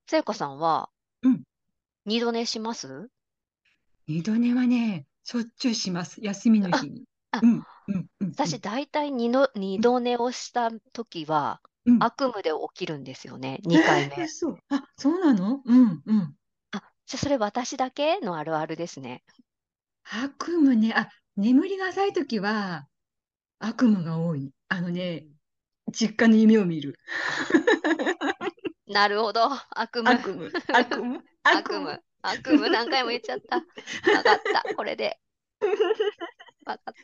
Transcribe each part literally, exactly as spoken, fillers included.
さやかさんはうん。 二度寝します？ 二度寝はね、しょっちゅうします。休みのあ、 日に。 あ、 うん、うん、うん、う私ん、 大体二度、二うん。 度寝をした時はうん。 悪夢で起きるんですよね、 え二回目。 ー、嘘。あ、そうなの？うん、うん。 あ、じゃあそれ私だけのあるあるですね。 悪夢ね。あ、眠りが浅い時は悪夢が多い。あのね、 うん。 実家の夢を見る。 あ、なるほど。悪夢。 悪夢、悪夢、悪夢。 悪夢。悪夢何回も言っちゃった。わかった。これで。わかった。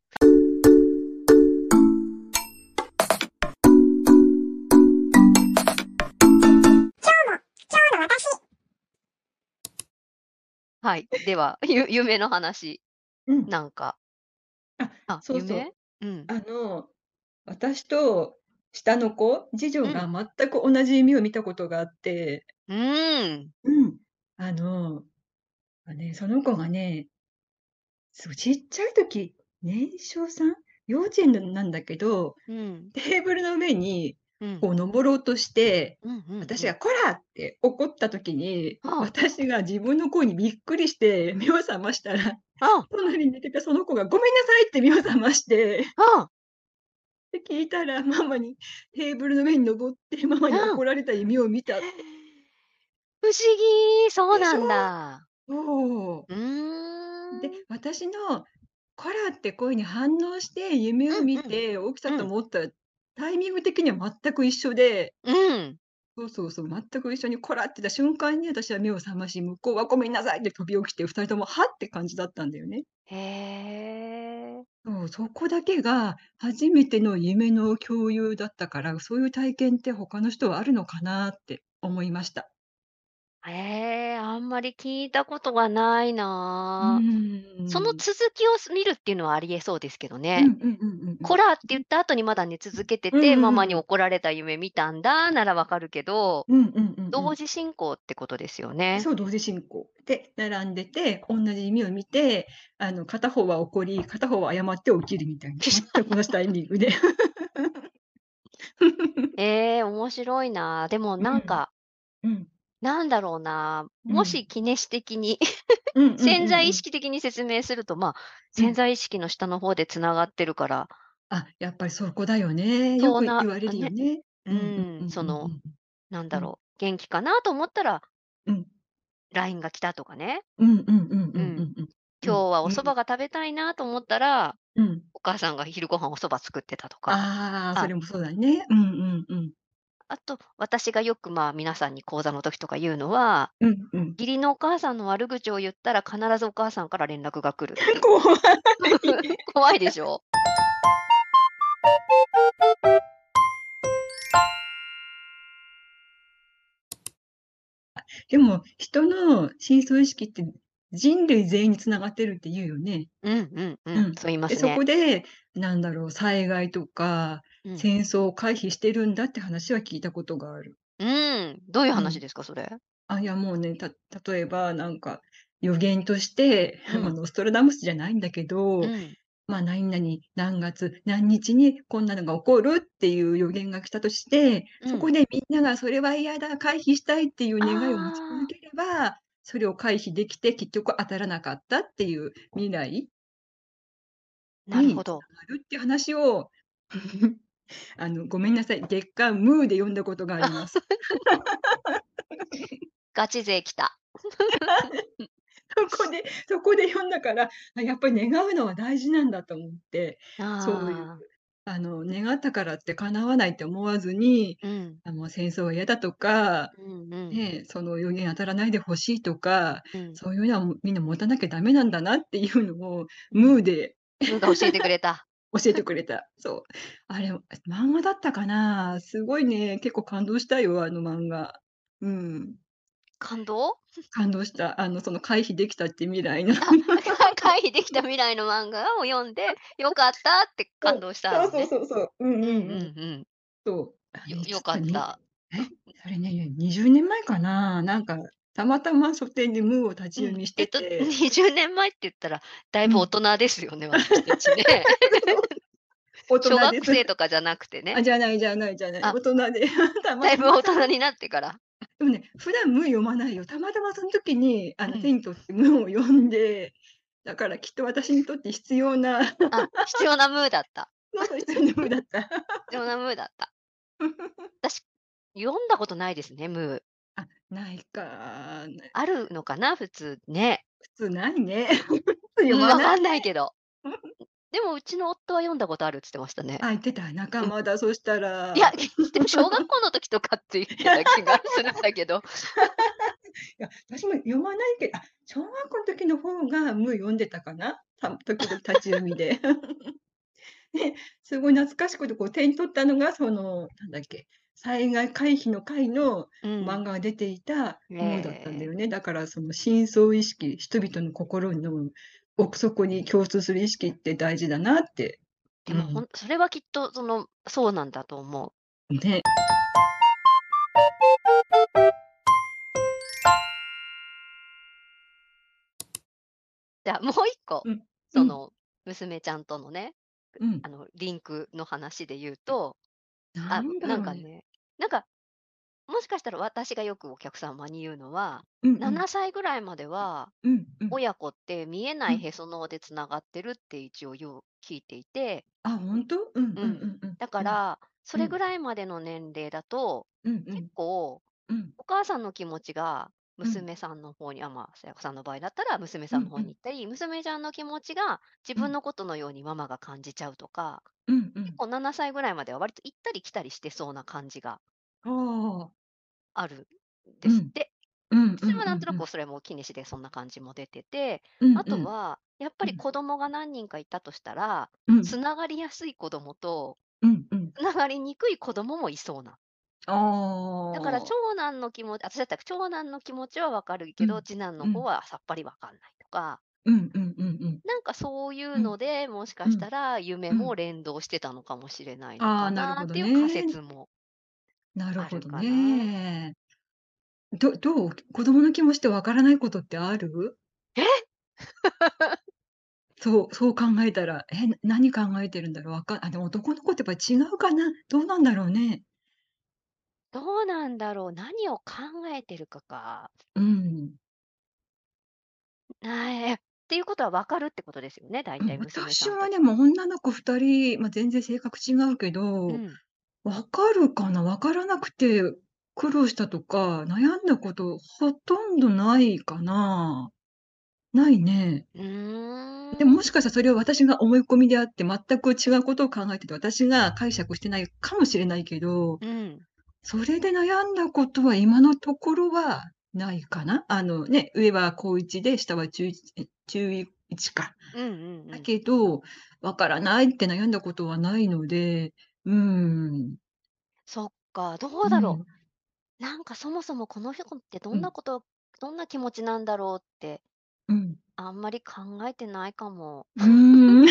はい。では、ゆ、夢の話。 うん。 なんか。 あ、 あ、夢。 そうそう。 うん。 あの、私と下の子、次女がうん。 全く同じ夢を見たことがあって、 うーん。 うん。あの、あね、その子がね、そう、ちっちゃい時、年少さん？幼稚園のなんだけど、 うん。 テーブルの上にうん。 こう登ろうとして、 うん。うん。うん。 私が「こら！」って怒った時に、 あ私が自分の声にびっくりして目を覚ましたら、 あ、 隣に寝てたその子が「ごめんなさい」って目を覚まして、 あで、聞いたらママにテーブルの上に登ってママあ、うん。 に怒られた夢を見たって。 不思議、そうでしょ？ なんだ。 そう。 うーで、 ん。 私の「こら」って声に反応して夢を見うんうん。 て起きたとうん。 思ったら、タイミング的には全く一緒で、 うん。 そうそうそう、全く一緒に「こら」って言った瞬間に私は目を覚まし、向こうは「ごめんなさい」って飛び起きて、ふたりとも「は？」って感じだったんだよね。 へえ。 そう、そこだけが初めての夢の共有だったから、そういう体験って他の人はあるのかなって思いました。 へえ、あんまり聞いたことがないうーな。そのん。 続きをす見るっていうのはありえそうですけどね。 うんうんうんうんうん。 こらって言った後にまだ寝続けてうんて、 うんうんうん。 ママに怒られた夢見たんだならわかるけど、 うんうんうんうん。 同時進行ってことですよね。 そう、同時進行。で、並んでて、同じ夢を見て、あの、片方は怒り、片方は謝って起きるみたいな、全く同じタイミングで。 ええ、面白いな。でもうん、 なんか、 うん、 なんだろうな、 うん。 もしキネシ的にうんうん潜在意うんうん。 識的に説明すると、まあ、 うん。 潜在意識の下の方で繋がってるから、 あ、やっぱりそこだよね。よそうなく言われるよね、 ね。 ううんうんうん、 んうんうその、 んなんうん。うん、 だろう、元気かなと思ったら、 うん。 ライン が来たとかね。 うんうんうんううん。 んうんうん。うん、 今日はおうん、 蕎麦が食べたいなと思ったら、 うん。 お母さんが昼ご飯お蕎麦作ってたとか。 ああ、そあ、 れもそうだね。うんうんうん。 あと、私がよく、まあ、皆さんに講座の時とか言うのは、 うんうん。 義理のお母さんの悪口を言ったら必ずお母さんから連絡が来るっていう。 怖い。 怖いでしょ？ でも、人の深層意識って人類全員に繋がってるって言うよね。 うんうんうん、 うん。 そう言いまで、そすね。 こで、なんだろう、災害とかうん。 戦争を回避してるんだって話は聞いたことがある。 うーん、どういううん。 話ですか？それ。 あ、いやもうね、た例えばなんか予言として、ま、 うん、 ノストラダムスじゃないんだけど、 うん。 ま、何々何月何日にこんなのが起こるっていう予言が来たとして、 うん。 そこでみんながそれは嫌だ、回避したいっていう願いを持ち続ああ、 ければ、それを回避できて結局当たらなかったっていう未来に繋なるほど。 がるっていう話を、あの、ごめんなさい、月刊ムーで読んだことがあります。 ガチ勢来た。 そこでそこで読んだから、あ、やっぱり願うのは大事なんだと思って、そういう、 ああ、 あの、願ったからって叶わないって思わずに、 うん。 あ、もう戦争は嫌だとか、 うんうん。 ね、その予言当たらないで欲しいとか、 うん。 そういうのはもうみんな持たなきゃダメなんだなっていうのをうん。 ムーでムーが教えてくれた。 教えてくれた。そう。あれ、漫画だったかな。すごいね、結構感動したよ、あの漫画。うん。 感動？ 感動した。あの、その回避できたって未来の。 あ、回避できた未来の漫画を読んで、良かったってそう、 感動したそうそうのね。 そうそう。うんうんううんうん。 んうん。 そう。あ、 よ良いつだ、にかった。 え、それね、にじゅうねんまえかな。なんか、たまたま書店でムーを立ちうん。 読みしてえっと、 て、 にじゅうねんまえって言ったら、だいうん。 ぶ大人ですよね、私たちね。 そう、大小人です。 学生とかじゃなくてあ、 ね。 じゃないじゃないじゃない。 あ、 大人でたまだいたま、 ぶ大人になってから。 でもね、普段ムー読まないよ。たまたまその時に、あの、手うん。 に取ってムーを読んで、だからきっと私にとって必要なあ、必要なムーだった。 そうそう、必要なムーだった。 必要なムーだった。私、読んだことないですね、ムー。 あ、ないか。なあるのかな、普通ね。 普通ないね。普通読うん、 まないね。 わかんないけど。でもうちの夫は読んだことあるっつってましたね。 あ、言ってた。仲うん。 間だ、そしたいや、 ら。 でも小学校の時とかって言ってた気がするんだけど。 いや、私も読まないけど、あ、小学校の時の方がムー読んでたかな？た時々立ち読みで。で、すごい懐かしくて、こう手に取ったのが、その、なんだっけ、災害回避の会のうん。 漫画が出ていたムーだったんだええ。 よね。だからその深層意識、人々の心の奥底に共通する意識って大事だなって。 でも、ほうん。 んそれはきっとその、そうなんだと思う。 ね。 じゃあ、もう一個、 うん。うん。 その、娘ちゃんとのね、 うん。 あの、リンクの話で言うと、あ、 なんだろうね。 なんかね、なんか、もしかしたら私がよくお客様に言うのは、 うんうん。 ななさいぐらいまでは、 うんうん。 親子って見えなうん。 いへその緒でつながってるって一応よう聞いていて、 あ、ほんと？うんうんうん。 うんうん。 だかうん。 ら、そうん。 れぐらいまでの年齢だと、結うんうん。 構うん。 お母さんの気持ちがうん。 娘さんの方に、あ、まあ、さやかさんの場合だったら娘さんのうんうん。 方に行ったり、娘ちゃんの気持ちが自うん。 分のことのようにママが感じちゃうとか、 うんうん。 結構ななさいぐらいまでは割と行ったり来たりしてそうな感じがああ。 あるんうん。 ですって。 うんうん私はなんとなうんうん。 くそれも気にしてそんな感じも出てて、あうんうん。 とは、やっぱうん。 り子供が何人かいたとしたら、 うん。 つながりやすい子供と、 うんうん。 つながりにくい子供もいそうな。 あだからあ。 長男の気持ち私だったら長男の気持ちはわかるけど、 うん。 次男の方うん。 はさっぱりわかんないとか、 うんうんうんうん。 なんかそういううん。 ので、もしかうん。 したら夢うん。 も連動してたのかもしれないのああ、 かなるほどなっていう仮ね。 説もなるほどあるかな。 ね。どどう？子供の気持ちってわからないことってある？ え！ そう、そう考えたら、え、何考えてるんだろう、わかあ、でも男の子ってやっぱり違うかな？どうなんだろうね。 どうなんだろう、何を考えてるかか。 うん。 あ、え、っていうことは分かるってことですよね、大うん、 体娘さんと。 私はね、もう女の子ふたり、ま、全然性格違うけど、 うん。 分かるかな、分からなくて苦労したとか、悩んだことほとんどないかな。ないね。 うでも、 ーん。 もしかしたらそれは私が思い込みであって、全く違うことを考えてて、私が解釈してないかもしれないけど、 うん。 それで悩んだことは今のところはないかな。あのね、上は高いちで、下は中1え、中いちか。 うんうんうだん。 けど、わからないって悩んだことはないので、うーん、 そっか、どうだろうん、 う。なんかそもそもこの人ってどうん、 んなことどんな気持ちなんだろうって、 うん。 あんまり考えてないかも。 うーん。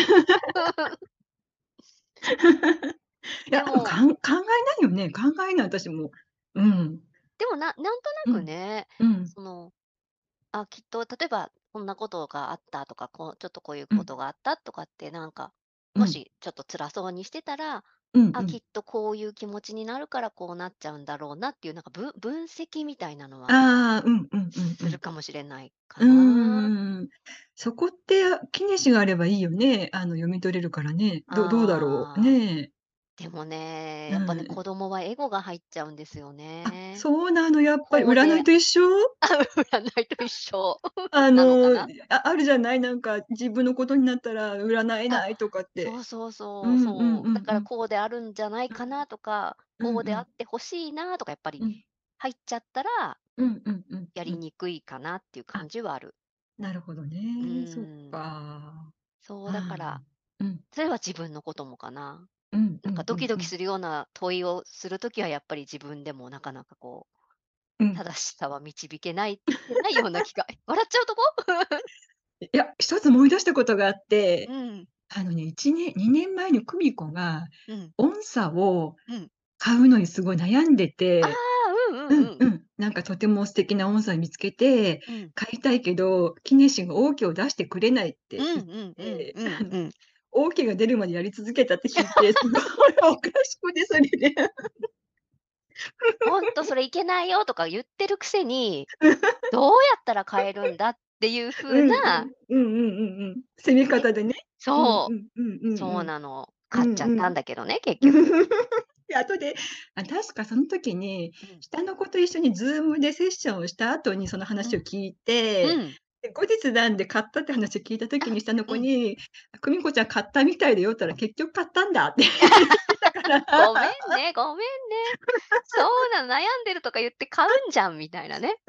いや、でも、 でもかん考えないよね。考えない、私も。うん、 でも、ななんとなうん、 くね、 うん、 その、あ、きっと例えばこんなことがあったとか、こうちょっとこういううん、 ことがあったとかってなんか、 うん、 もしちょっと辛そうにしてたら、あ、 うんうん。 きっとこういう気持ちになるからこうなっちゃうんだろうなっていうなんかぶ分析みたいなのはああ、うんうんうんうん。 するかもしれないかうーな。 ん。そこって、キネシがあればいいよね。あの、読み取れるからね。どどうだろう。 ああ、 ねえ。 でもね、 うやっぱね、子ん。 供はエゴが入っちゃうんですよあ、 ね。 そうなの、やっぱりこうで、 占いと一緒？ あ、占いと一緒あの、 なのかな？ ああるじゃない、なんか自分のことになったら占えあ、 ないとかって。 そうそうそううんうんそう。だからうんうん。 こうであるんじゃないかなとか、こうであうんうん。 ってほしいなとかやっぱりうん。 入っちゃったら、 うんうんうんやうん。 りにくいかなっていうあ、 感じはある。 なるほどうね。そっーん。 か。 そう、だかあら、 あ。うん。 それは自分のこともかな。 うんうなんかんうんうん。 ドキドキするような問いをするときはやっぱり自分でもなかなかこう、 うん。 正しさは導けないてないような気が笑っちゃうとこ？ いや、一つ思い出したことがあって、 うん、 あのね、いちねんにねんまえに久美子が、 うん、 音叉をうん。 買うのにすごい悩んでああ、 て、 うんうんうん。 うんうん、なんかとても素敵な音叉見つけて、 うん。 買いたいけど、キネシンがオーケーを出してくれないっうんて言っうんうんて、 うんあの、 うん。 オーケーが出るまでやり続けたって聞いて、すごいおかしくて、それで。 ほんとそれいけないよとか言ってるくせに、どうやったら変えるんだっていう風うんうん。 な、 うんうんうんうん。攻めね、 方でね。うんうそう、 んうんうんうん。 そうなの。 うん買っちゃったんうん。 だけどね、結局。 で、後で、あ、確かその時に、 うん、 下の子と一緒に Zoom でセッションをした後にそのうん、 話を聞いて、 うん、 で、後日談で買ったって話を聞いた時に下のうん。 子に、あ、「久美子ちゃん買ったみたいだよ」って言ったら、「結局買ったんだ」って言ってたから。 ごめんね、ごめんね。そうなの、悩んでるとか言って買うんじゃんみたいなね。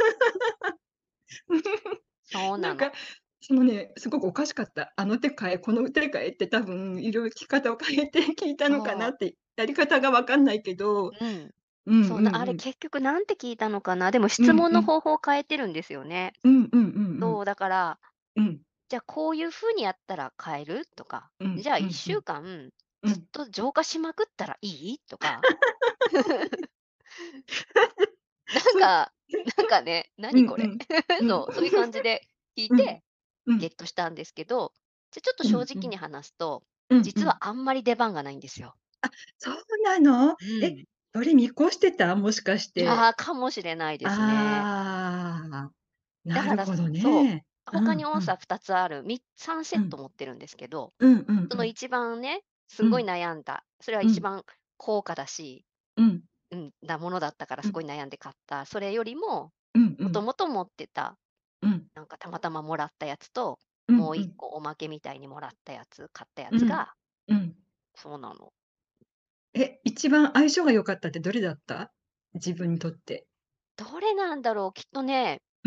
そうなの。 なんか、そのね、すごくおかしかった。あの手変え、この手変えって多分いろいろ聞き方を変えて聞いたのかなそって、やり方が分かんないけど、 う、うん。 うんうんそう、なあうん。 れ結局なんて聞いたのかな、でも質問のうんうん。 方法を変えてるんですよね。 うんうんうんうん。 そう、だから、 うん。 じゃあこういう風にやったら変える？とか、 うんじゃあ1 うんうん。 週間ずっうん。 と浄化しまくったらいい？とか、なんそう。 かなんかね、何これ。 うんうん。うん。 そう、そういう感じで聞いうん。 て、 うん。 ゲットしたんですけど、じゃ、ちょっとうんうん。 正直に話すと、 うんうん。 実はあんまり出番がないんですよ。 そうなの？え、 うん。 それ見越してた？もしかして。 ああ、かもしれないですね。 ああ、 だから、 なるほどそね。 う、 う他にんうん。 音差ふたつある、みさんセうん。 ット持ってるんですけど、 うんうんうん。 その一番ね、すごいうん。 悩んだ、それはうん。 一番高価だし、 うん。 うん、なものだったからうん。 すごい悩んで買った。それよりも、 うんうん。 もともと持ってた、 うん。 なんかたまたまもらったやつと、もう1 うんうん。 個おまけみたいにもらったやつ、買ったやうん。 つが、 うん。 そうなの。 え、一番相性が良かったってどれだった？自分にとって。 どれなんだろう、きっとね、 うん。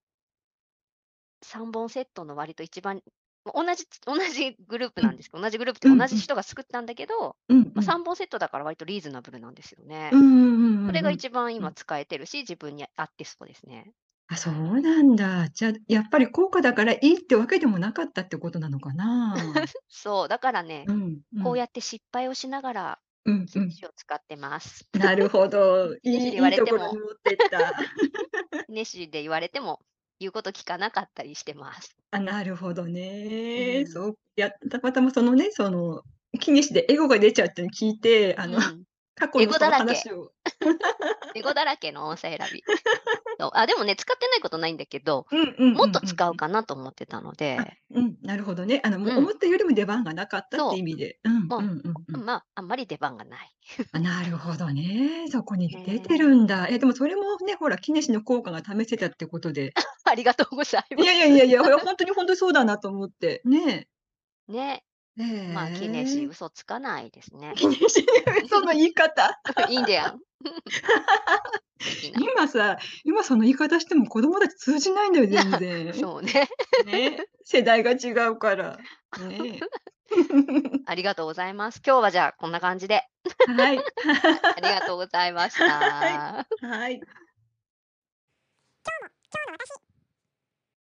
さんぼんセットの割と一番、同じ同じグループうん。 なんですけど、同じグループって同じうんうん。 人が作ったんだけど、まあ、 うんうん。 さんぼんセットだから割とリーズナブルなんですよね。 うんうんうんそれうんうん。 が一番うん。 今使えてるし、自分に合ってそうですね。 あ、そうなんだ。じゃ、やっぱり高価だからいいってわけでもなかったってことなのかな？ そう、だからね、 うんうん。 こうやって失敗をしながら、 うんうん。 キネシを使ってます。 なるほど。いキネシで言いいいとわれてもころに持ってった。 キネシで言われても、言うこと聞かなかったりしてます。 あ、なるほどね。 うん。 そう、やたまたまそのね、その、気にしてエゴが出ちゃうっていうの聞いて、あの、 うん。 過去エのそのゴだらけ。 話を。 エゴだらけの音声選び。そう、あ、でもね、使ってないことないんだけど、 うんうんもっとうんうんうん。 使うかなと思ってたのあ、 で、 うん、なるほどね。あの、もううん、 思ったよりも出番がなかったってそ意味で。うんう、もうんうんうう、 ん。 まあ、あんまり出番がない。 あ、なるほどね。そこに出てねえ。 るんだ。え、でもそれもね、ほら、キネシの効果が試せたってことで。 ありがとうございいやいやます。 いやいや、ほら、ほんとにほんとにそうだなと思って。ね。 ね。 え。 まあ、キネシ、 へえ。 嘘つかないですね。 気にしその言い方。 いいんでやん。素敵な。 今さ、今その言い方しても子供たち通じないんだよ、全然。 そうね。 ね、世代が違うから。ね。 ありがとうございます。今日はじゃあ、こんな感じで。 はい。 ありがとうございましはい。 た。 はい。